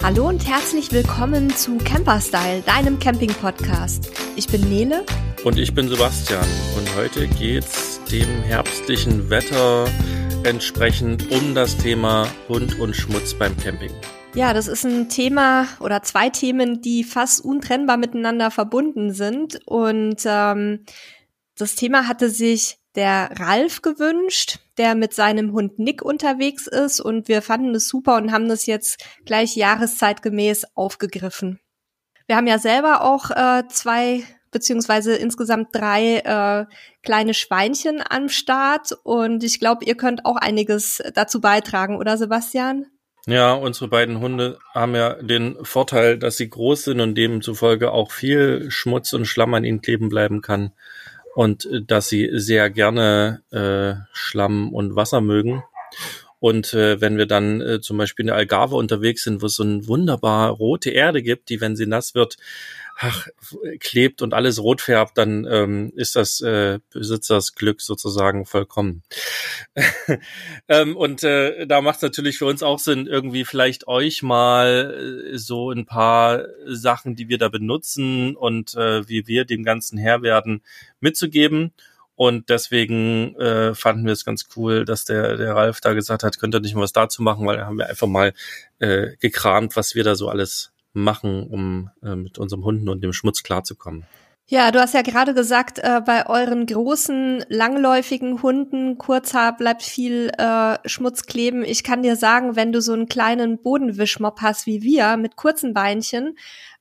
Hallo und herzlich willkommen zu Camperstyle, deinem Camping-Podcast. Ich bin Nele. Und ich bin Sebastian. Und heute geht's dem herbstlichen Wetter entsprechend um das Thema Hund und Schmutz beim Camping. Ja, das ist ein Thema oder zwei Themen, die fast untrennbar miteinander verbunden sind. Und das Thema hatte sich der Ralf gewünscht, der mit seinem Hund Nick unterwegs ist, und wir fanden es super und haben das jetzt gleich jahreszeitgemäß aufgegriffen. Wir haben ja selber auch 2 beziehungsweise insgesamt 3 kleine Schweinchen am Start, und ich glaube, ihr könnt auch einiges dazu beitragen, oder Sebastian? Ja, unsere beiden Hunde haben ja den Vorteil, dass sie groß sind und demzufolge auch viel Schmutz und Schlamm an ihnen kleben bleiben kann. Und dass sie sehr gerne Schlamm und Wasser mögen. Und wenn wir dann zum Beispiel in der Algarve unterwegs sind, wo es so eine wunderbar rote Erde gibt, die, wenn sie nass wird, klebt und alles rot färbt, dann ist das Besitzers Glück sozusagen vollkommen. Und da macht es natürlich für uns auch Sinn, irgendwie vielleicht euch mal so ein paar Sachen, die wir da benutzen und wie wir dem Ganzen Herr werden, mitzugeben. Und deswegen fanden wir es ganz cool, dass der Ralf da gesagt hat, könnt ihr nicht mal was dazu machen, weil da haben wir einfach mal gekramt, was wir da so alles machen, um mit unseren Hunden und dem Schmutz klarzukommen. Ja, du hast ja gerade gesagt, bei euren großen, langläufigen Hunden, Kurzhaar, bleibt viel Schmutz kleben. Ich kann dir sagen, wenn du so einen kleinen Bodenwischmopp hast wie wir, mit kurzen Beinchen,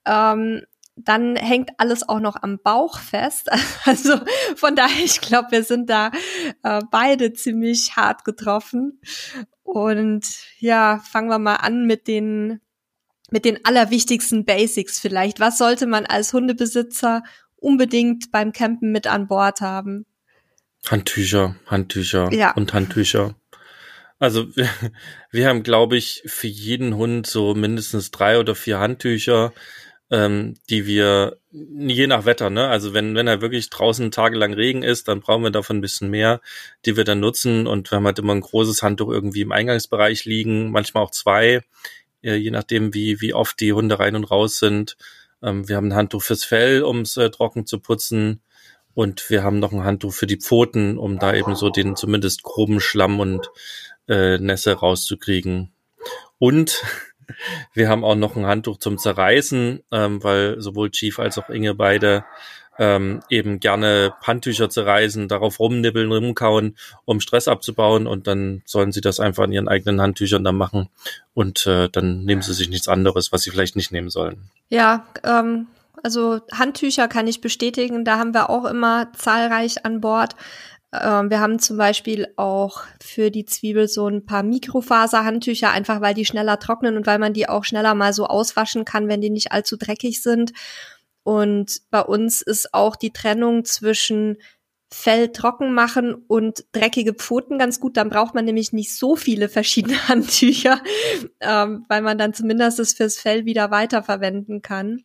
dann hängt alles auch noch am Bauch fest. Also von daher, ich glaube, wir sind da beide ziemlich hart getroffen. Und ja, fangen wir mal an mit den allerwichtigsten Basics vielleicht. Was sollte man als Hundebesitzer unbedingt beim Campen mit an Bord haben? Handtücher Ja. und Handtücher. Also wir haben, glaube ich, für jeden Hund so mindestens 3 oder 4 Handtücher, die wir, je nach Wetter, ne? Also wenn er wirklich draußen tagelang Regen ist, dann brauchen wir davon ein bisschen mehr, die wir dann nutzen. Und wir haben halt immer ein großes Handtuch irgendwie im Eingangsbereich liegen, manchmal auch 2, je nachdem wie oft die Hunde rein und raus sind. Wir haben ein Handtuch fürs Fell, um es trocken zu putzen. Und wir haben noch ein Handtuch für die Pfoten, um da eben so den zumindest groben Schlamm und Nässe rauszukriegen. Und wir haben auch noch ein Handtuch zum Zerreißen, weil sowohl Chief als auch Inge beide eben gerne Handtücher zerreißen, darauf rumnibbeln, rumkauen, um Stress abzubauen, und dann sollen sie das einfach an ihren eigenen Handtüchern dann machen, und dann nehmen sie sich nichts anderes, was sie vielleicht nicht nehmen sollen. Ja, also Handtücher kann ich bestätigen, da haben wir auch immer zahlreich an Bord. Wir haben zum Beispiel auch für die Zwiebel so ein paar Mikrofaserhandtücher, einfach weil die schneller trocknen und weil man die auch schneller mal so auswaschen kann, wenn die nicht allzu dreckig sind. Und bei uns ist auch die Trennung zwischen Fell trocken machen und dreckige Pfoten ganz gut. Dann braucht man nämlich nicht so viele verschiedene Handtücher, weil man dann zumindest das fürs Fell wieder weiterverwenden kann.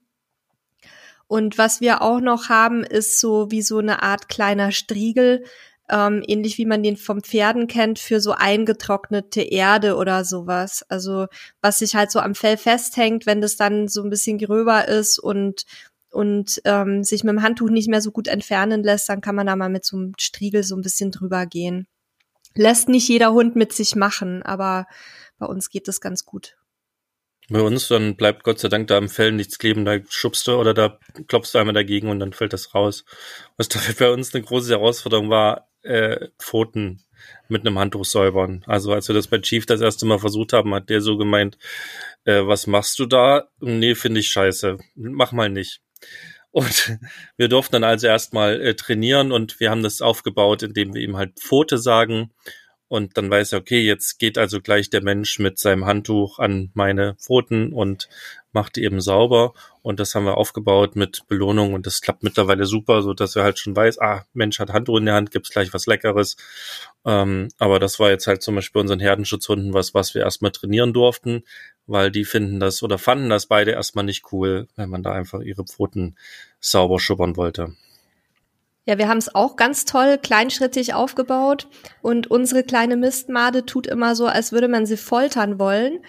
Und was wir auch noch haben, ist so wie so eine Art kleiner Striegel, ähnlich wie man den vom Pferden kennt, für so eingetrocknete Erde oder sowas. Also was sich halt so am Fell festhängt, wenn das dann so ein bisschen gröber ist und sich mit dem Handtuch nicht mehr so gut entfernen lässt, dann kann man da mal mit so einem Striegel so ein bisschen drüber gehen. Lässt nicht jeder Hund mit sich machen, aber bei uns geht das ganz gut. Bei uns, dann bleibt Gott sei Dank da am Fell nichts kleben, da schubst du oder da klopfst du einmal dagegen und dann fällt das raus. Was dafür bei uns eine große Herausforderung war, Pfoten mit einem Handtuch säubern. Also als wir das bei Chief das erste Mal versucht haben, hat der so gemeint, was machst du da? Nee, finde ich scheiße. Mach mal nicht. Und wir durften dann also erstmal trainieren, und wir haben das aufgebaut, indem wir ihm halt Pfote sagen. Und dann weiß er, okay, jetzt geht also gleich der Mensch mit seinem Handtuch an meine Pfoten und macht die eben sauber. Und das haben wir aufgebaut mit Belohnung, und das klappt mittlerweile super, so dass er halt schon weiß, Mensch hat Handtuch in der Hand, gibt's gleich was Leckeres. Aber das war jetzt halt zum Beispiel unseren Herdenschutzhunden was wir erstmal trainieren durften, weil die fanden das beide erstmal nicht cool, wenn man da einfach ihre Pfoten sauber schubbern wollte. Ja, wir haben es auch ganz toll kleinschrittig aufgebaut, und unsere kleine Mistmade tut immer so, als würde man sie foltern wollen.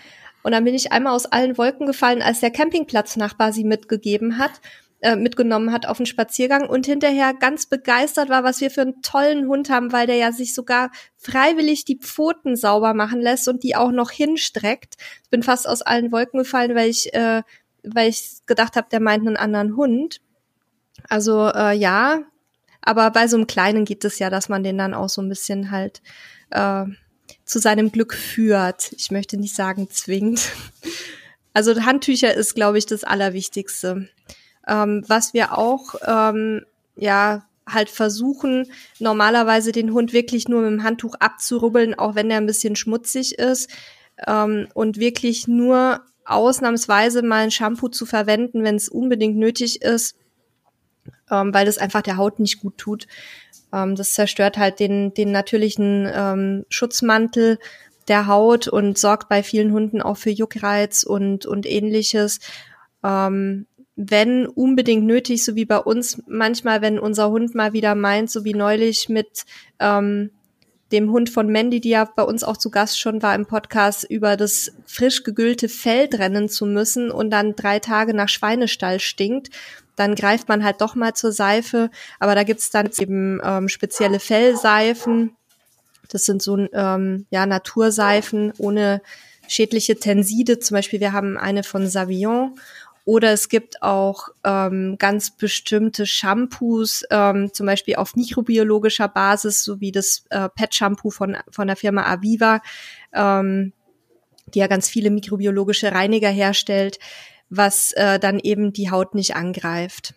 Und dann bin ich einmal aus allen Wolken gefallen, als der Campingplatznachbar sie mitgenommen hat auf den Spaziergang und hinterher ganz begeistert war, was wir für einen tollen Hund haben, weil der ja sich sogar freiwillig die Pfoten sauber machen lässt und die auch noch hinstreckt. Ich bin fast aus allen Wolken gefallen, weil ich gedacht habe, der meint einen anderen Hund. Also ja, aber bei so einem Kleinen geht es ja, dass man den dann auch so ein bisschen halt zu seinem Glück führt. Ich möchte nicht sagen zwingt. Also Handtücher ist, glaube ich, das Allerwichtigste. Was wir auch halt versuchen, normalerweise den Hund wirklich nur mit dem Handtuch abzurubbeln, auch wenn der ein bisschen schmutzig ist, und wirklich nur ausnahmsweise mal ein Shampoo zu verwenden, wenn es unbedingt nötig ist, weil das einfach der Haut nicht gut tut. Das zerstört halt den natürlichen Schutzmantel der Haut und sorgt bei vielen Hunden auch für Juckreiz und ähnliches. Wenn unbedingt nötig, so wie bei uns manchmal, wenn unser Hund mal wieder meint, so wie neulich mit dem Hund von Mandy, die ja bei uns auch zu Gast schon war im Podcast, über das frisch gegüllte Feld rennen zu müssen und dann 3 Tage nach Schweinestall stinkt, dann greift man halt doch mal zur Seife. Aber da gibt's dann eben spezielle Fellseifen. Das sind so Naturseifen ohne schädliche Tenside. Zum Beispiel, wir haben eine von Savillon. Oder es gibt auch ganz bestimmte Shampoos, zum Beispiel auf mikrobiologischer Basis, so wie das Pet-Shampoo von der Firma Aviva, die ja ganz viele mikrobiologische Reiniger herstellt, was dann eben die Haut nicht angreift.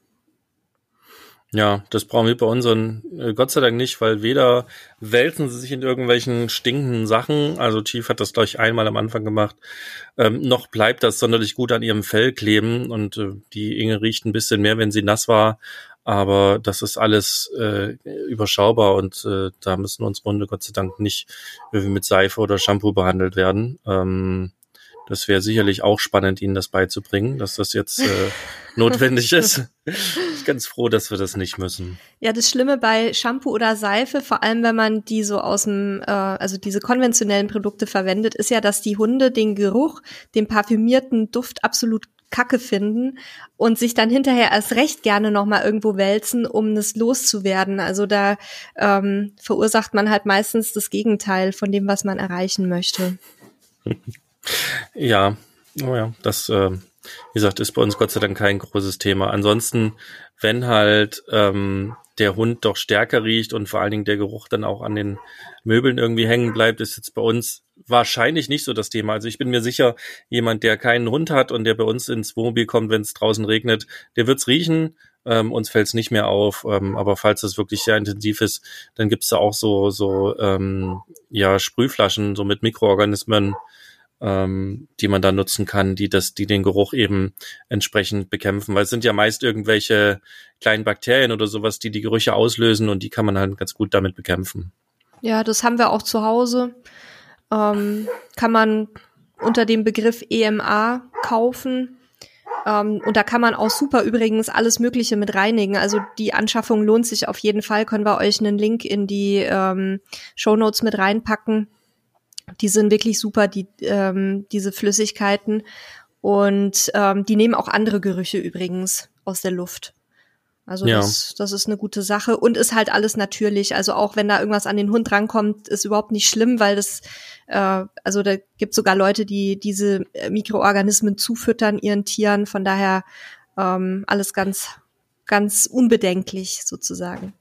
Ja, das brauchen wir bei unseren Gott sei Dank nicht, weil weder wälzen sie sich in irgendwelchen stinkenden Sachen, also Chief hat das, glaube ich, einmal am Anfang gemacht, noch bleibt das sonderlich gut an ihrem Fell kleben und die Inge riecht ein bisschen mehr, wenn sie nass war, aber das ist alles überschaubar und da müssen unsere Hunde Gott sei Dank nicht irgendwie mit Seife oder Shampoo behandelt werden. Das wäre sicherlich auch spannend, Ihnen das beizubringen, dass das jetzt notwendig ist. Ich bin ganz froh, dass wir das nicht müssen. Ja, das Schlimme bei Shampoo oder Seife, vor allem wenn man die so aus dem, also diese konventionellen Produkte verwendet, ist ja, dass die Hunde den Geruch, den parfümierten Duft absolut Kacke finden und sich dann hinterher erst recht gerne nochmal irgendwo wälzen, um das loszuwerden. Also da verursacht man halt meistens das Gegenteil von dem, was man erreichen möchte. Ja, das, wie gesagt, ist bei uns Gott sei Dank kein großes Thema. Ansonsten, wenn halt der Hund doch stärker riecht und vor allen Dingen der Geruch dann auch an den Möbeln irgendwie hängen bleibt, ist jetzt bei uns wahrscheinlich nicht so das Thema. Also ich bin mir sicher, jemand, der keinen Hund hat und der bei uns ins Wohnmobil kommt, wenn es draußen regnet, der wird's riechen. Uns fällt's nicht mehr auf, aber falls es wirklich sehr intensiv ist, dann gibt's da auch so Sprühflaschen, so mit Mikroorganismen, die man da nutzen kann, die den Geruch eben entsprechend bekämpfen, weil es sind ja meist irgendwelche kleinen Bakterien oder sowas, die Gerüche auslösen und die kann man halt ganz gut damit bekämpfen. Ja, das haben wir auch zu Hause. Kann man unter dem Begriff EMA kaufen. Und da kann man auch super übrigens alles Mögliche mit reinigen. Also die Anschaffung lohnt sich auf jeden Fall. Können wir euch einen Link in die Shownotes mit reinpacken. Die sind wirklich super, diese Flüssigkeiten. Und die nehmen auch andere Gerüche übrigens aus der Luft. Also ja. Das ist eine gute Sache und ist halt alles natürlich. Also auch wenn da irgendwas an den Hund rankommt, ist überhaupt nicht schlimm, weil das, also da gibt sogar Leute, die diese Mikroorganismen zufüttern ihren Tieren. Von daher alles ganz, ganz unbedenklich sozusagen.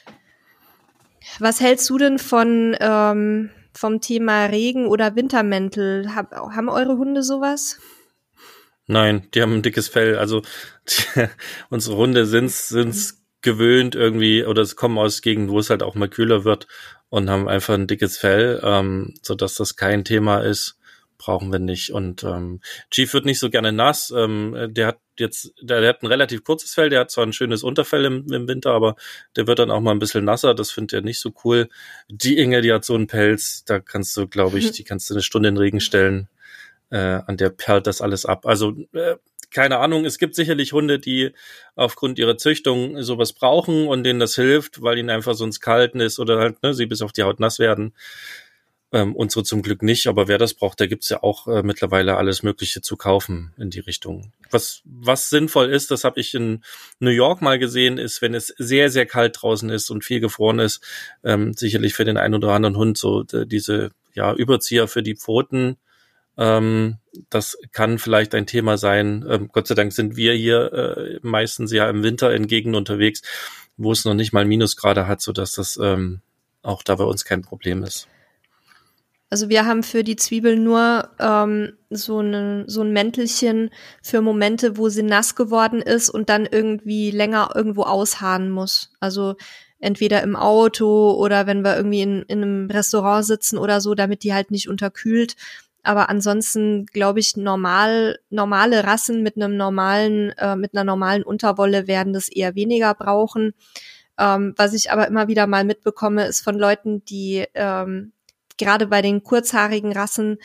Was hältst du denn vom Thema Regen- oder Wintermäntel? Haben eure Hunde sowas? Nein, die haben ein dickes Fell. Also unsere Hunde sind's gewöhnt irgendwie, oder es kommen aus Gegenden, wo es halt auch mal kühler wird und haben einfach ein dickes Fell, sodass das kein Thema ist, brauchen wir nicht. Und Chief wird nicht so gerne nass. Der hat ein relativ kurzes Fell, der hat zwar ein schönes Unterfell im Winter, aber der wird dann auch mal ein bisschen nasser, das findet er nicht so cool. Die Inge, die hat so einen Pelz, da kannst du, glaube ich, die kannst du eine Stunde in den Regen stellen. An der perlt das alles ab. Also keine Ahnung, es gibt sicherlich Hunde, die aufgrund ihrer Züchtung sowas brauchen und denen das hilft, weil ihnen einfach sonst kalt ist oder halt sie bis auf die Haut nass werden. Unsere zum Glück nicht, aber wer das braucht, da gibt's ja auch mittlerweile alles Mögliche zu kaufen in die Richtung. Was sinnvoll ist, das habe ich in New York mal gesehen, ist, wenn es sehr, sehr kalt draußen ist und viel gefroren ist, sicherlich für den einen oder anderen Hund so diese Überzieher für die Pfoten. Das kann vielleicht ein Thema sein. Gott sei Dank sind wir hier meistens ja im Winter in Gegenden unterwegs, wo es noch nicht mal Minusgrade hat, sodass das auch da bei uns kein Problem ist. Also wir haben für die Zwiebel nur so ein Mäntelchen für Momente, wo sie nass geworden ist und dann irgendwie länger irgendwo ausharren muss. Also entweder im Auto oder wenn wir irgendwie in einem Restaurant sitzen oder so, damit die halt nicht unterkühlt. Aber ansonsten glaube ich, normale Rassen mit einer normalen Unterwolle werden das eher weniger brauchen. Was ich aber immer wieder mal mitbekomme, ist von Leuten, die gerade bei den kurzhaarigen Rassen,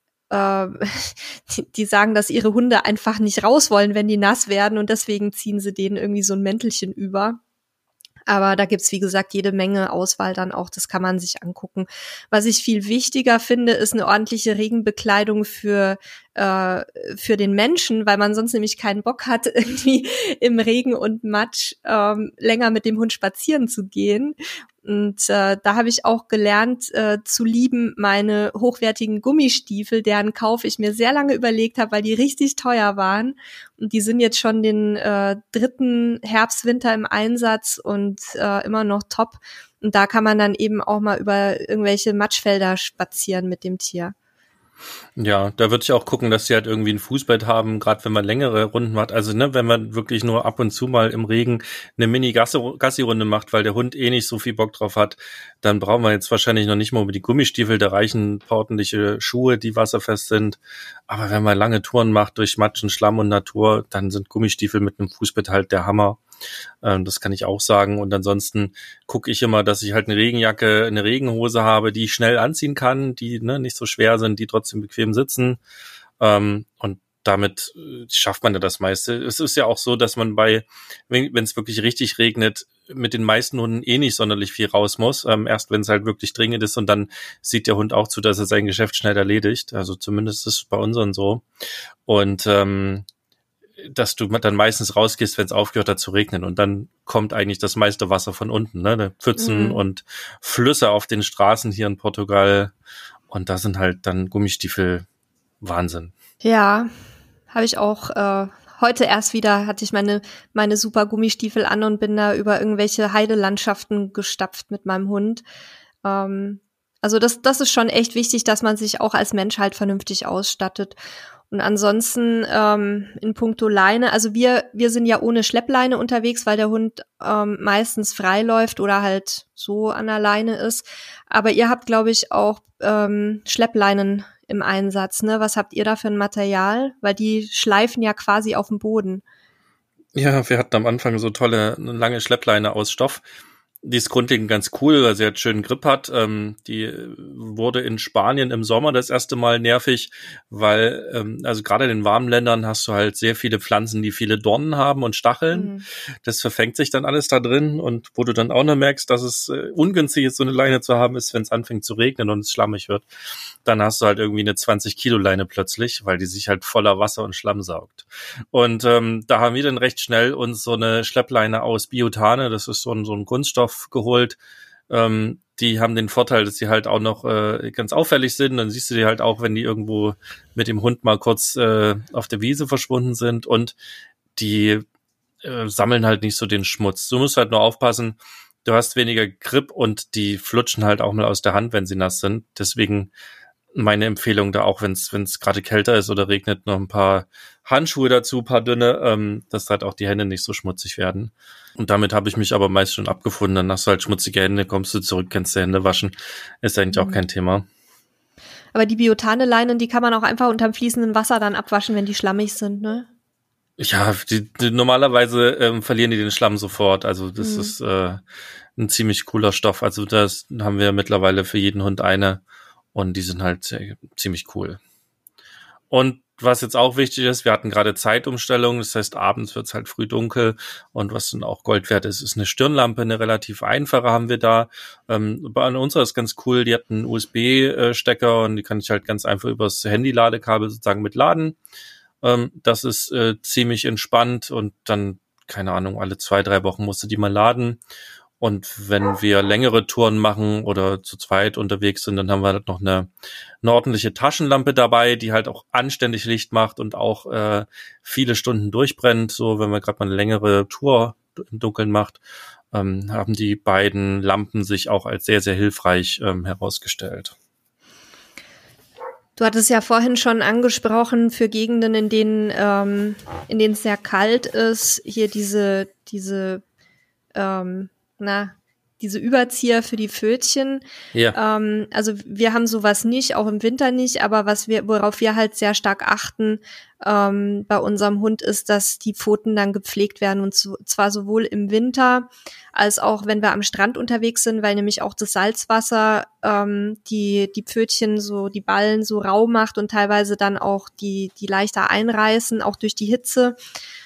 die sagen, dass ihre Hunde einfach nicht raus wollen, wenn die nass werden und deswegen ziehen sie denen irgendwie so ein Mäntelchen über. Aber da gibt's, wie gesagt, jede Menge Auswahl dann auch, das kann man sich angucken. Was ich viel wichtiger finde, ist eine ordentliche Regenbekleidung für den Menschen, weil man sonst nämlich keinen Bock hat, irgendwie im Regen und Matsch länger mit dem Hund spazieren zu gehen. Und da habe ich auch gelernt zu lieben meine hochwertigen Gummistiefel, deren Kauf ich mir sehr lange überlegt habe, weil die richtig teuer waren. Und die sind jetzt schon den dritten Herbst, Winter im Einsatz und immer noch top. Und da kann man dann eben auch mal über irgendwelche Matschfelder spazieren mit dem Tier. Ja, da würde ich auch gucken, dass sie halt irgendwie ein Fußbett haben, gerade wenn man längere Runden macht. Also wenn man wirklich nur ab und zu mal im Regen eine Mini-Gassi-Runde macht, weil der Hund eh nicht so viel Bock drauf hat, dann brauchen wir jetzt wahrscheinlich noch nicht mal über die Gummistiefel, da reichen ein paar ordentliche Schuhe, die wasserfest sind. Aber wenn man lange Touren macht durch Matsch und Schlamm und Natur, dann sind Gummistiefel mit einem Fußbett halt der Hammer. Das kann ich auch sagen. Und ansonsten gucke ich immer, dass ich halt eine Regenjacke, eine Regenhose habe, die ich schnell anziehen kann, die nicht so schwer sind, die trotzdem bequem sitzen. Und damit schafft man ja das meiste. Es ist ja auch so, dass man wenn es wirklich richtig regnet, mit den meisten Hunden eh nicht sonderlich viel raus muss. Erst wenn es halt wirklich dringend ist und dann sieht der Hund auch zu, dass er sein Geschäft schnell erledigt. Also zumindest ist es bei unseren so. Und dass du dann meistens rausgehst, wenn es aufgehört hat zu regnen und dann kommt eigentlich das meiste Wasser von unten, ne? Pfützen und Flüsse auf den Straßen hier in Portugal und da sind halt dann Gummistiefel Wahnsinn. Ja, habe ich auch heute erst wieder, hatte ich meine super Gummistiefel an und bin da über irgendwelche Heidelandschaften gestapft mit meinem Hund. Also das ist schon echt wichtig, dass man sich auch als Mensch halt vernünftig ausstattet. Und ansonsten in puncto Leine, also wir sind ja ohne Schleppleine unterwegs, weil der Hund meistens frei läuft oder halt so an der Leine ist. Aber ihr habt, glaube ich, auch Schleppleinen im Einsatz, ne? Was habt ihr da für ein Material? Weil die schleifen ja quasi auf dem Boden. Ja, wir hatten am Anfang so eine lange Schleppleine aus Stoff. Die ist grundlegend ganz cool, weil sie halt schönen Grip hat. Die wurde in Spanien im Sommer das erste Mal nervig, weil also gerade in den warmen Ländern hast du halt sehr viele Pflanzen, die viele Dornen haben und Stacheln. Das verfängt sich dann alles da drin und wo du dann auch noch merkst, dass es ungünstig ist, so eine Leine zu haben, ist, wenn es anfängt zu regnen und es schlammig wird. Dann hast du halt irgendwie eine 20-Kilo-Leine plötzlich, weil die sich halt voller Wasser und Schlamm saugt. Und da haben wir dann recht schnell uns so eine Schleppleine aus Biotane, das ist so ein Kunststoff, geholt. Die haben den Vorteil, dass sie halt auch noch ganz auffällig sind. Dann siehst du die halt auch, wenn die irgendwo mit dem Hund mal kurz auf der Wiese verschwunden sind und die sammeln halt nicht so den Schmutz. Du musst halt nur aufpassen, du hast weniger Grip und die flutschen halt auch mal aus der Hand, wenn sie nass sind. Deswegen meine Empfehlung da auch, wenn es gerade kälter ist oder regnet, noch ein paar Handschuhe dazu, paar dünne, dass halt auch die Hände nicht so schmutzig werden. Und damit habe ich mich aber meist schon abgefunden. Dann hast du halt schmutzige Hände, kommst du zurück, kannst die Hände waschen. Ist eigentlich auch kein Thema. Aber die Biotane-Leinen, die kann man auch einfach unterm fließenden Wasser dann abwaschen, wenn die schlammig sind, ne? Ja, die normalerweise verlieren die den Schlamm sofort. Also das ist ein ziemlich cooler Stoff. Also das haben wir mittlerweile für jeden Hund eine. Und die sind halt ziemlich cool. Und was jetzt auch wichtig ist, wir hatten gerade Zeitumstellung, das heißt, abends wird's halt früh dunkel und was dann auch Gold wert ist, ist eine Stirnlampe, eine relativ einfache haben wir da. Bei unserer ist ganz cool, die hat einen USB-Stecker und die kann ich halt ganz einfach übers Handy-Ladekabel sozusagen mitladen. Das ist ziemlich entspannt und dann, keine Ahnung, alle 2-3 Wochen musst du die mal laden. Und wenn wir längere Touren machen oder zu zweit unterwegs sind, dann haben wir halt noch eine ordentliche Taschenlampe dabei, die halt auch anständig Licht macht und auch viele Stunden durchbrennt. So, wenn man gerade mal eine längere Tour im Dunkeln macht, haben die beiden Lampen sich auch als sehr, sehr hilfreich herausgestellt. Du hattest ja vorhin schon angesprochen, für Gegenden, in denen es sehr kalt ist, hier diese Überzieher für die Pfötchen. Ja. Also wir haben sowas nicht, auch im Winter nicht, aber worauf wir halt sehr stark achten bei unserem Hund ist, dass die Pfoten dann gepflegt werden und zwar sowohl im Winter als auch wenn wir am Strand unterwegs sind, weil nämlich auch das Salzwasser die Pfötchen so, die Ballen so rau macht und teilweise dann auch die leichter einreißen, auch durch die Hitze.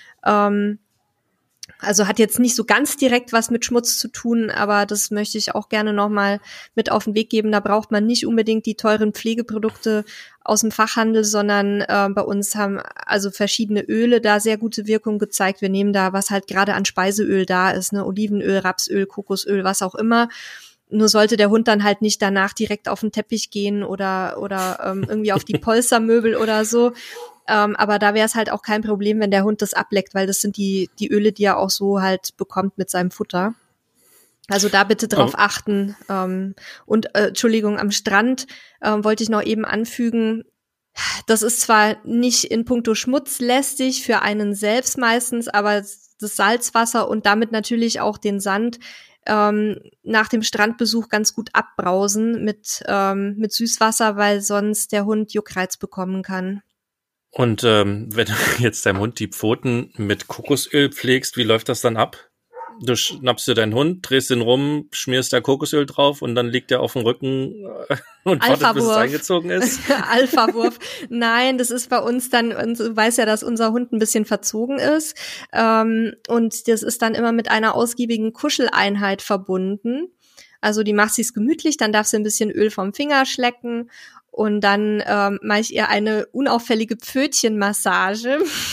Also hat jetzt nicht so ganz direkt was mit Schmutz zu tun, aber das möchte ich auch gerne nochmal mit auf den Weg geben. Da braucht man nicht unbedingt die teuren Pflegeprodukte aus dem Fachhandel, sondern bei uns haben also verschiedene Öle da sehr gute Wirkung gezeigt. Wir nehmen da, was halt gerade an Speiseöl da ist, ne, Olivenöl, Rapsöl, Kokosöl, was auch immer. Nur sollte der Hund dann halt nicht danach direkt auf den Teppich gehen oder irgendwie auf die Polstermöbel oder so. Aber da wäre es halt auch kein Problem, wenn der Hund das ableckt, weil das sind die Öle, die er auch so halt bekommt mit seinem Futter. Also da bitte drauf achten. Entschuldigung, am Strand wollte ich noch eben anfügen, das ist zwar nicht in puncto Schmutz lästig für einen selbst meistens, aber das Salzwasser und damit natürlich auch den Sand nach dem Strandbesuch ganz gut abbrausen mit Süßwasser, weil sonst der Hund Juckreiz bekommen kann. Und wenn du jetzt deinem Hund die Pfoten mit Kokosöl pflegst, wie läuft das dann ab? Du schnappst dir deinen Hund, drehst ihn rum, schmierst da Kokosöl drauf und dann liegt er auf dem Rücken und wartet, bis es eingezogen ist. Alpha-Wurf. Nein, das ist bei uns dann, und du weißt ja, dass unser Hund ein bisschen verzogen ist. Und das ist dann immer mit einer ausgiebigen Kuscheleinheit verbunden. Also die macht sich's gemütlich, dann darf sie ein bisschen Öl vom Finger schlecken. Und dann mache ich ihr eine unauffällige Pfötchenmassage.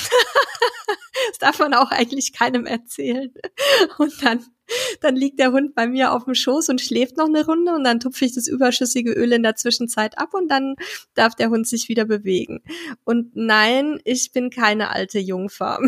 Das darf man auch eigentlich keinem erzählen. Und dann liegt der Hund bei mir auf dem Schoß und schläft noch eine Runde und dann tupfe ich das überschüssige Öl in der Zwischenzeit ab und dann darf der Hund sich wieder bewegen. Und nein, ich bin keine alte Jungfer.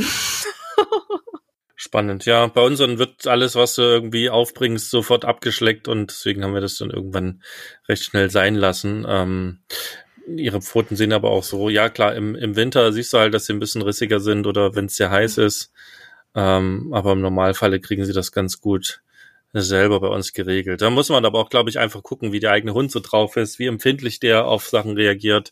Spannend, ja. Bei unseren wird alles, was du irgendwie aufbringst, sofort abgeschleckt und deswegen haben wir das dann irgendwann recht schnell sein lassen. Ihre Pfoten sehen aber auch so, ja klar, im Winter siehst du halt, dass sie ein bisschen rissiger sind oder wenn es sehr heiß ist. Aber im Normalfall kriegen sie das ganz gut selber bei uns geregelt. Da muss man aber auch, glaube ich, einfach gucken, wie der eigene Hund so drauf ist, wie empfindlich der auf Sachen reagiert.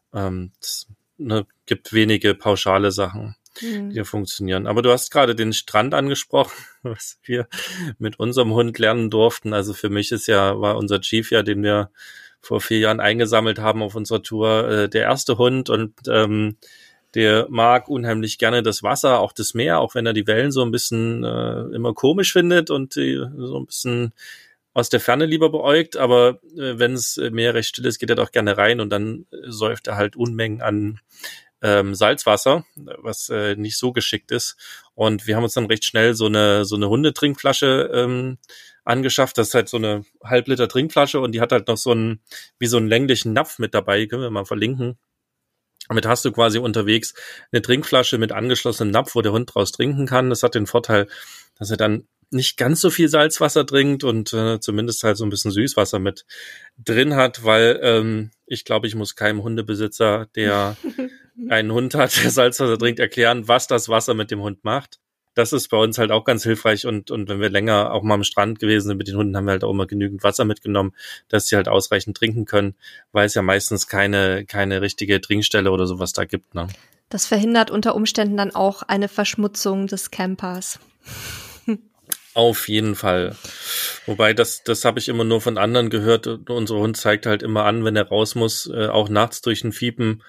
Gibt wenige pauschale Sachen, die ja funktionieren. Aber du hast gerade den Strand angesprochen, was wir mit unserem Hund lernen durften. Also für mich war unser Chief ja, den wir vor 4 Jahren eingesammelt haben auf unserer Tour, der erste Hund und der mag unheimlich gerne das Wasser, auch das Meer, auch wenn er die Wellen so ein bisschen immer komisch findet und so ein bisschen aus der Ferne lieber beäugt, aber wenn es Meer recht still ist, geht er doch gerne rein und dann säuft er halt Unmengen an Salzwasser, was nicht so geschickt ist. Und wir haben uns dann recht schnell so eine Hundetrinkflasche angeschafft. Das ist halt so eine Halb-Liter Trinkflasche und die hat halt noch so einen länglichen Napf mit dabei. Können wir mal verlinken. Damit hast du quasi unterwegs eine Trinkflasche mit angeschlossenem Napf, wo der Hund draus trinken kann. Das hat den Vorteil, dass er dann nicht ganz so viel Salzwasser trinkt und zumindest halt so ein bisschen Süßwasser mit drin hat, weil ich glaube, ich muss keinem Hundebesitzer, der einen Hund hat, der Salzwasser trinkt, erklären, was das Wasser mit dem Hund macht. Das ist bei uns halt auch ganz hilfreich und wenn wir länger auch mal am Strand gewesen sind mit den Hunden, haben wir halt auch immer genügend Wasser mitgenommen, dass sie halt ausreichend trinken können, weil es ja meistens keine richtige Trinkstelle oder sowas da gibt, ne? Das verhindert unter Umständen dann auch eine Verschmutzung des Campers. Auf jeden Fall. Wobei, das habe ich immer nur von anderen gehört. Unser Hund zeigt halt immer an, wenn er raus muss, auch nachts durch ein Fiepen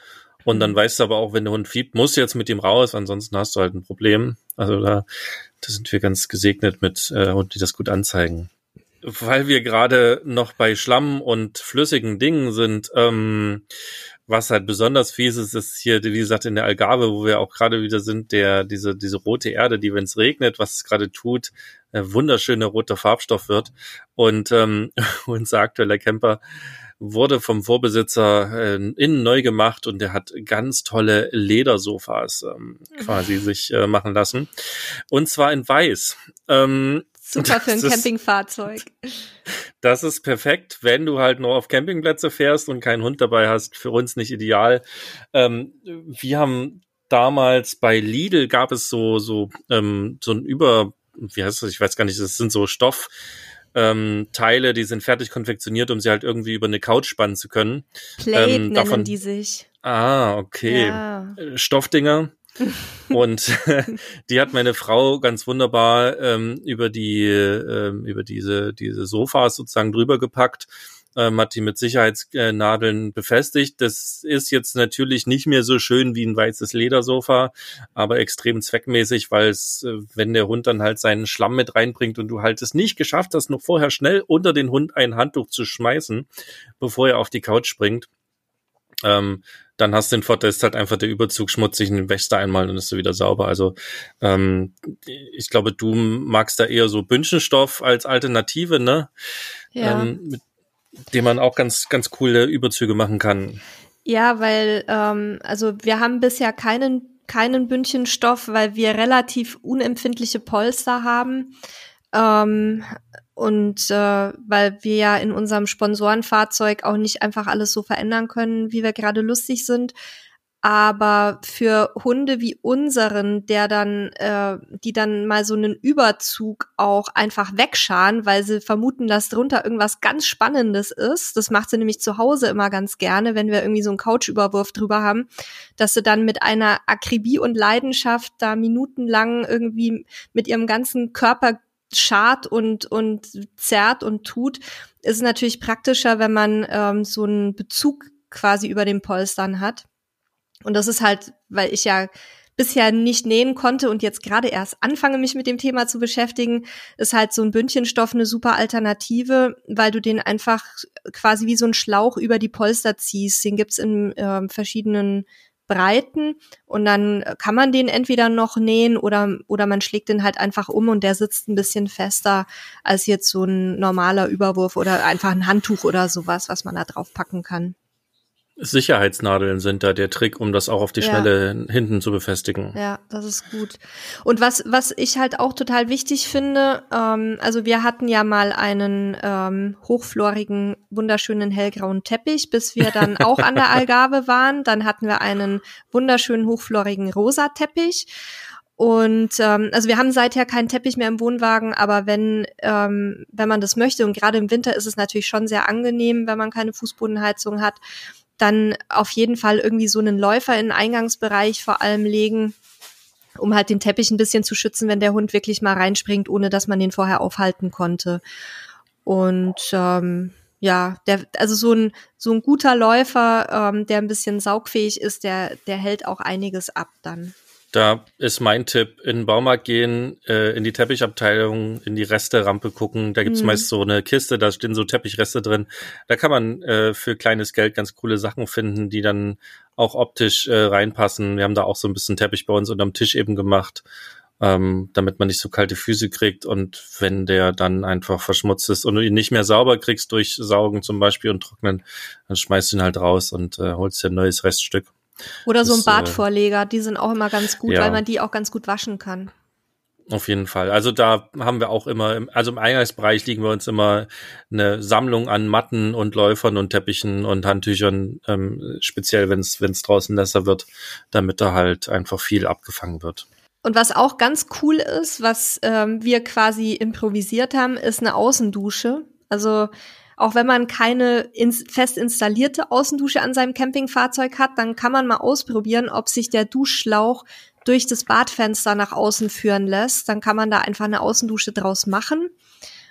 Und dann weißt du aber auch, wenn der Hund fiebt, musst du jetzt mit ihm raus, ansonsten hast du halt ein Problem. Also da sind wir ganz gesegnet mit Hunden, die das gut anzeigen. Weil wir gerade noch bei Schlamm und flüssigen Dingen sind, was halt besonders fies ist, ist hier, wie gesagt, in der Algarve, wo wir auch gerade wieder sind, diese rote Erde, die, wenn es regnet, was es gerade tut, wunderschöner roter Farbstoff wird. Und unser aktueller Camper wurde vom Vorbesitzer innen neu gemacht und der hat ganz tolle Ledersofas quasi sich machen lassen. Und zwar in weiß. Super für ein Campingfahrzeug. Das ist perfekt, wenn du halt nur auf Campingplätze fährst und keinen Hund dabei hast. Für uns nicht ideal. Wir haben damals bei Lidl gab es so ein wie heißt das? Ich weiß gar nicht, das sind so Teile, die sind fertig konfektioniert, um sie halt irgendwie über eine Couch spannen zu können. Plate nennen die sich. Ah, okay. Ja. Stoffdinger. Und die hat meine Frau ganz wunderbar über diese Sofas sozusagen drüber gepackt, hat die mit Sicherheitsnadeln befestigt. Das ist jetzt natürlich nicht mehr so schön wie ein weißes Ledersofa, aber extrem zweckmäßig, weil es, wenn der Hund dann halt seinen Schlamm mit reinbringt und du halt es nicht geschafft hast, noch vorher schnell unter den Hund ein Handtuch zu schmeißen, bevor er auf die Couch springt, dann hast du den Vorteil, ist halt einfach der Überzug schmutzig, den wäschst du einmal und ist du wieder sauber. Also ich glaube, du magst da eher so Bündchenstoff als Alternative, ne? Ja. Mit dem man auch ganz, ganz coole Überzüge machen kann. Ja, weil also wir haben bisher keinen Bündchenstoff, weil wir relativ unempfindliche Polster haben. Weil wir ja in unserem Sponsorenfahrzeug auch nicht einfach alles so verändern können, wie wir gerade lustig sind. Aber für Hunde wie unseren, die dann mal so einen Überzug auch einfach wegscharen, weil sie vermuten, dass drunter irgendwas ganz Spannendes ist. Das macht sie nämlich zu Hause immer ganz gerne, wenn wir irgendwie so einen Couchüberwurf drüber haben, dass sie dann mit einer Akribie und Leidenschaft da minutenlang irgendwie mit ihrem ganzen Körper schart und zerrt und tut. Ist natürlich praktischer, wenn man so einen Bezug quasi über den Polstern hat. Und das ist halt, weil ich ja bisher nicht nähen konnte und jetzt gerade erst anfange, mich mit dem Thema zu beschäftigen, ist halt so ein Bündchenstoff eine super Alternative, weil du den einfach quasi wie so ein Schlauch über die Polster ziehst. Den gibt's in verschiedenen Breiten und dann kann man den entweder noch nähen oder man schlägt den halt einfach um und der sitzt ein bisschen fester als jetzt so ein normaler Überwurf oder einfach ein Handtuch oder sowas, was man da drauf packen kann. Sicherheitsnadeln sind da der Trick, um das auch auf die Schwelle hinten zu befestigen. Ja, das ist gut. Und was ich halt auch total wichtig finde, also wir hatten ja mal einen hochflorigen, wunderschönen hellgrauen Teppich, bis wir dann auch an der Algarve waren. Dann hatten wir einen wunderschönen, hochflorigen rosa Teppich. Und also wir haben seither keinen Teppich mehr im Wohnwagen, aber wenn man das möchte, und gerade im Winter ist es natürlich schon sehr angenehm, wenn man keine Fußbodenheizung hat, dann auf jeden Fall irgendwie so einen Läufer in den Eingangsbereich vor allem legen, um halt den Teppich ein bisschen zu schützen, wenn der Hund wirklich mal reinspringt, ohne dass man den vorher aufhalten konnte. Und also so ein guter Läufer, der ein bisschen saugfähig ist, der hält auch einiges ab dann. Da ist mein Tipp, in den Baumarkt gehen, in die Teppichabteilung, in die Resterampe gucken. Da gibt's meist so eine Kiste, da stehen so Teppichreste drin. Da kann man für kleines Geld ganz coole Sachen finden, die dann auch optisch reinpassen. Wir haben da auch so ein bisschen Teppich bei uns unterm Tisch eben gemacht, damit man nicht so kalte Füße kriegt. Und wenn der dann einfach verschmutzt ist und du ihn nicht mehr sauber kriegst durch Saugen zum Beispiel und Trocknen, dann schmeißt du ihn halt raus und holst dir ein neues Reststück. Oder so ein Badvorleger, die sind auch immer ganz gut, weil man die auch ganz gut waschen kann. Auf jeden Fall. Also da haben wir auch immer, im Eingangsbereich liegen wir uns immer eine Sammlung an Matten und Läufern und Teppichen und Handtüchern, speziell wenn es draußen nässer wird, damit da halt einfach viel abgefangen wird. Und was auch ganz cool ist, was wir quasi improvisiert haben, ist eine Außendusche. Also auch wenn man keine fest installierte Außendusche an seinem Campingfahrzeug hat, dann kann man mal ausprobieren, ob sich der Duschschlauch durch das Badfenster nach außen führen lässt. Dann kann man da einfach eine Außendusche draus machen.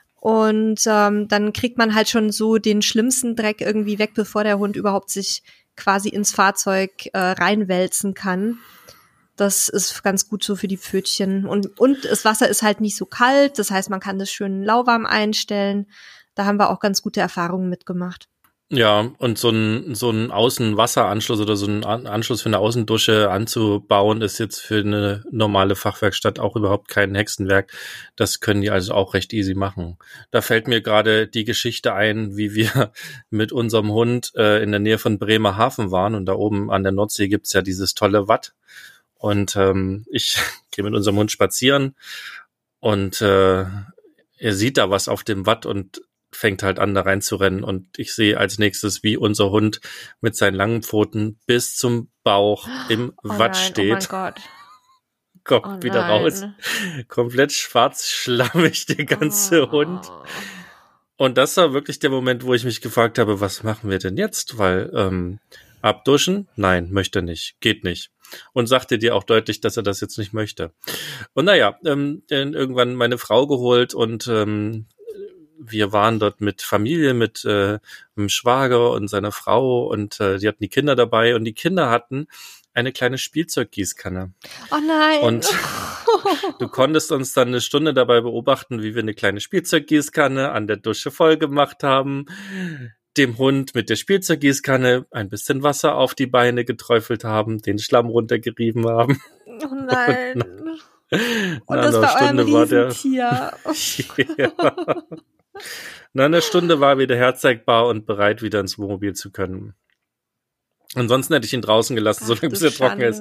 Und dann kriegt man halt schon so den schlimmsten Dreck irgendwie weg, bevor der Hund überhaupt sich quasi ins Fahrzeug reinwälzen kann. Das ist ganz gut so für die Pfötchen. Und das Wasser ist halt nicht so kalt, das heißt, man kann das schön lauwarm einstellen. Da haben wir auch ganz gute Erfahrungen mitgemacht. Ja, und so ein Außenwasseranschluss oder so ein Anschluss für eine Außendusche anzubauen, ist jetzt für eine normale Fachwerkstatt auch überhaupt kein Hexenwerk. Das können die also auch recht easy machen. Da fällt mir gerade die Geschichte ein, wie wir mit unserem Hund in der Nähe von Bremerhaven waren, und da oben an der Nordsee gibt's ja dieses tolle Watt. Und ich gehe mit unserem Hund spazieren und er sieht da was auf dem Watt und fängt halt an, da reinzurennen. Und ich sehe als nächstes, wie unser Hund mit seinen langen Pfoten bis zum Bauch im Watt steht. Oh mein Gott. Kommt wieder raus. Komplett schwarz, schlammig, der ganze Hund. Und das war wirklich der Moment, wo ich mich gefragt habe, was machen wir denn jetzt? Weil abduschen? Nein, möchte nicht. Geht nicht. Und sagte dir auch deutlich, dass er das jetzt nicht möchte. Und naja, irgendwann meine Frau geholt und wir waren dort mit Familie, mit einem Schwager und seiner Frau, und die hatten die Kinder dabei, und die Kinder hatten eine kleine Spielzeuggießkanne. Oh nein. Und du konntest uns dann eine Stunde dabei beobachten, wie wir eine kleine Spielzeuggießkanne an der Dusche voll gemacht haben, dem Hund mit der Spielzeuggießkanne ein bisschen Wasser auf die Beine geträufelt haben, den Schlamm runtergerieben haben. Oh nein. Und nach das einer bei eurem Stunde Riesentier. Ja. Nach einer Stunde war er wieder herzeigbar und bereit, wieder ins Wohnmobil zu können. Ansonsten hätte ich ihn draußen gelassen, solange bis er trocken ist.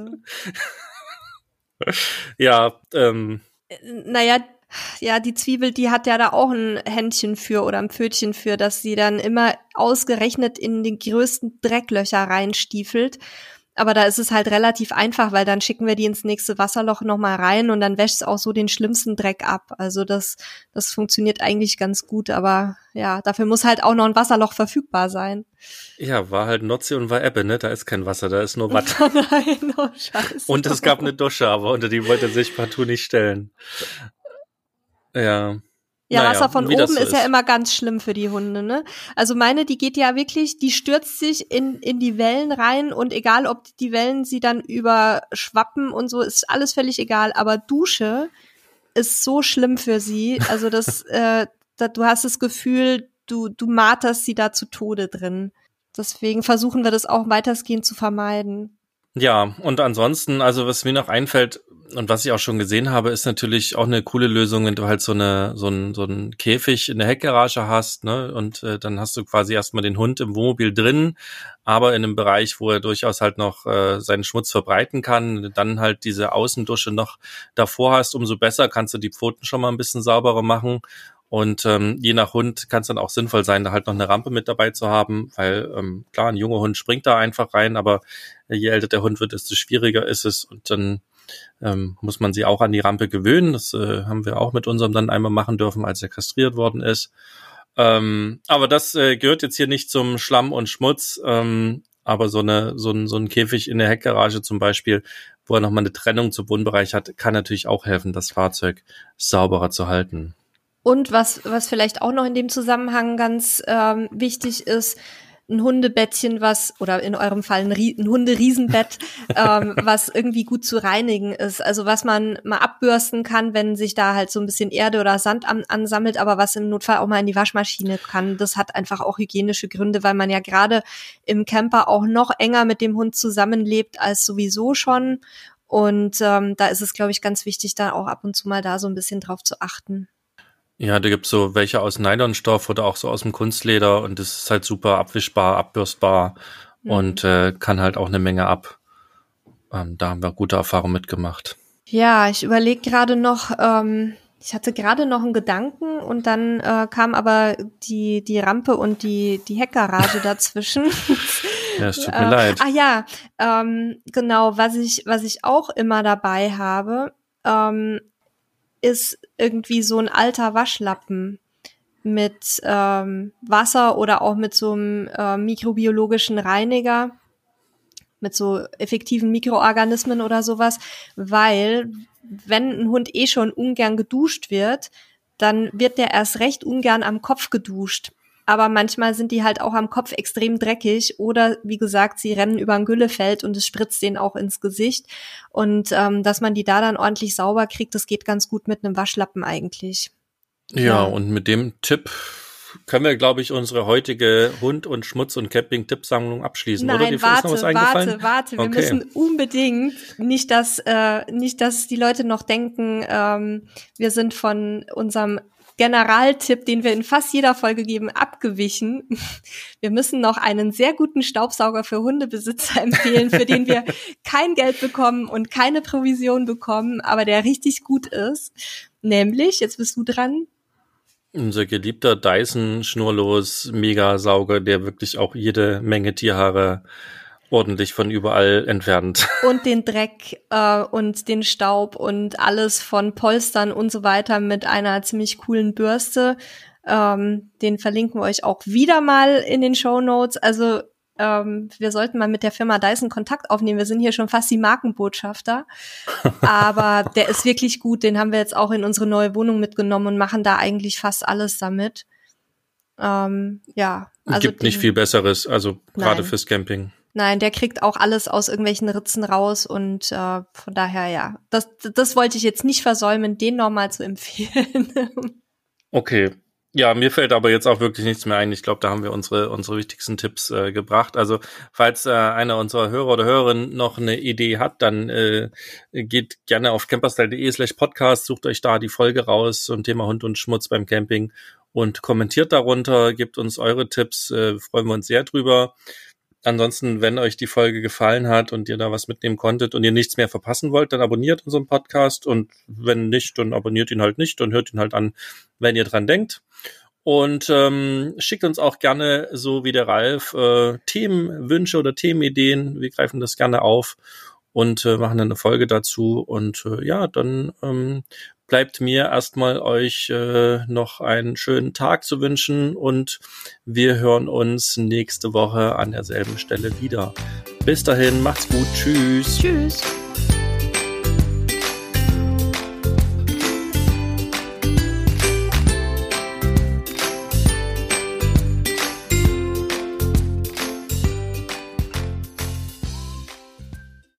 Ja, Naja, ja, die Zwiebel, die hat ja da auch ein Händchen für oder ein Pfötchen für, dass sie dann immer ausgerechnet in die größten Drecklöcher reinstiefelt. Aber da ist es halt relativ einfach, weil dann schicken wir die ins nächste Wasserloch nochmal rein und dann wäscht es auch so den schlimmsten Dreck ab. Also das funktioniert eigentlich ganz gut, aber ja, dafür muss halt auch noch ein Wasserloch verfügbar sein. Ja, war halt Nordsee und war Ebbe, ne? Da ist kein Wasser, da ist nur Watt. Oh nein, oh Scheiße. Und es gab eine Dusche, aber unter die wollte er sich partout nicht stellen. Ja. Ja, naja, Wasser von wie das oben so ist ja immer ganz schlimm für die Hunde, ne? Also meine, die geht ja wirklich, die stürzt sich in die Wellen rein, und egal, ob die Wellen sie dann überschwappen und so, ist alles völlig egal. Aber Dusche ist so schlimm für sie. Also du hast das Gefühl, du marterst sie da zu Tode drin. Deswegen versuchen wir das auch weitestgehend zu vermeiden. Ja, und ansonsten, also was mir noch einfällt und was ich auch schon gesehen habe, ist natürlich auch eine coole Lösung, wenn du halt so einen Käfig in der Heckgarage hast, ne, und dann hast du quasi erstmal den Hund im Wohnmobil drin, aber in einem Bereich, wo er durchaus halt noch seinen Schmutz verbreiten kann, dann halt diese Außendusche noch davor hast, umso besser, kannst du die Pfoten schon mal ein bisschen sauberer machen. Und je nach Hund kann es dann auch sinnvoll sein, da halt noch eine Rampe mit dabei zu haben, weil klar, ein junger Hund springt da einfach rein, aber je älter der Hund wird, desto schwieriger ist es, und dann muss man sie auch an die Rampe gewöhnen. Das haben wir auch mit unserem dann einmal machen dürfen, als er kastriert worden ist. Aber das gehört jetzt hier nicht zum Schlamm und Schmutz, aber so ein Käfig in der Heckgarage zum Beispiel, wo er nochmal eine Trennung zum Wohnbereich hat, kann natürlich auch helfen, das Fahrzeug sauberer zu halten. Und was vielleicht auch noch in dem Zusammenhang ganz wichtig ist, ein Hundebettchen, oder in eurem Fall ein Hunderiesenbett, was irgendwie gut zu reinigen ist. Also was man mal abbürsten kann, wenn sich da halt so ein bisschen Erde oder Sand ansammelt, aber was im Notfall auch mal in die Waschmaschine kann. Das hat einfach auch hygienische Gründe, weil man ja gerade im Camper auch noch enger mit dem Hund zusammenlebt als sowieso schon. Und da ist es, glaube ich, ganz wichtig, da auch ab und zu mal da so ein bisschen drauf zu achten. Ja, da gibt's so welche aus Nylonstoff oder auch so aus dem Kunstleder, und das ist halt super abwischbar, abbürstbar und kann halt auch eine Menge ab. Da haben wir gute Erfahrungen mitgemacht. Ja, ich überlege gerade noch, ich hatte gerade noch einen Gedanken und dann kam aber die Rampe und die Heckgarage dazwischen. Ja, es tut mir leid. Ah ja, genau, was ich auch immer dabei habe, ist irgendwie so ein alter Waschlappen mit Wasser oder auch mit so einem mikrobiologischen Reiniger, mit so effektiven Mikroorganismen oder sowas, weil wenn ein Hund schon ungern geduscht wird, dann wird der erst recht ungern am Kopf geduscht. aber manchmal sind die halt auch am Kopf extrem dreckig oder wie gesagt, sie rennen über ein Güllefeld und es spritzt denen auch ins Gesicht und dass man die da dann ordentlich sauber kriegt, das geht ganz gut mit einem Waschlappen eigentlich. Ja, und mit dem Tipp können wir, glaube ich, unsere heutige Hund- und Schmutz- und Camping-Tippsammlung abschließen. Nein, oder? Warte. Wir Okay. müssen unbedingt, nicht, dass die Leute noch denken, wir sind von unserem Generaltipp, den wir in fast jeder Folge geben, abgewichen. Wir müssen noch einen sehr guten Staubsauger für Hundebesitzer empfehlen, für den wir kein Geld bekommen und keine Provision bekommen, aber der richtig gut ist. Nämlich, jetzt bist du dran, Unser geliebter Dyson Schnurlos Megasauger, der wirklich auch jede Menge Tierhaare ordentlich von überall entfernt. und den Dreck und den Staub und alles von Polstern und so weiter mit einer ziemlich coolen Bürste. Den verlinken wir euch auch wieder mal in den Shownotes. Also wir sollten mal mit der Firma Dyson Kontakt aufnehmen. Wir sind hier schon fast die Markenbotschafter. Aber der ist wirklich gut. Den haben wir jetzt auch in unsere neue Wohnung mitgenommen und machen da eigentlich fast alles damit. Ja. Also gibt nicht viel Besseres, also gerade fürs Camping. Nein, der kriegt auch alles aus irgendwelchen Ritzen raus und von daher, ja. Das wollte ich jetzt nicht versäumen, den nochmal zu empfehlen. Okay. Ja, mir fällt aber jetzt auch wirklich nichts mehr ein. Ich glaube, da haben wir unsere wichtigsten Tipps gebracht. Also, falls einer unserer Hörer oder Hörerinnen noch eine Idee hat, dann geht gerne auf camperstyle.de/podcast, sucht euch da die Folge raus zum Thema Hund und Schmutz beim Camping und kommentiert darunter, gebt uns eure Tipps, freuen wir uns sehr drüber. Ansonsten, wenn euch die Folge gefallen hat und ihr da was mitnehmen konntet und ihr nichts mehr verpassen wollt, dann abonniert unseren Podcast und wenn nicht, dann abonniert ihn halt nicht und hört ihn halt an, wenn ihr dran denkt. Und schickt uns auch gerne, so wie der Ralf, Themenwünsche oder Themenideen. Wir greifen das gerne auf und machen dann eine Folge dazu. Und ja, dann bleibt mir erstmal euch noch einen schönen Tag zu wünschen und wir hören uns nächste Woche an derselben Stelle wieder. Bis dahin, macht's gut, tschüss. Tschüss.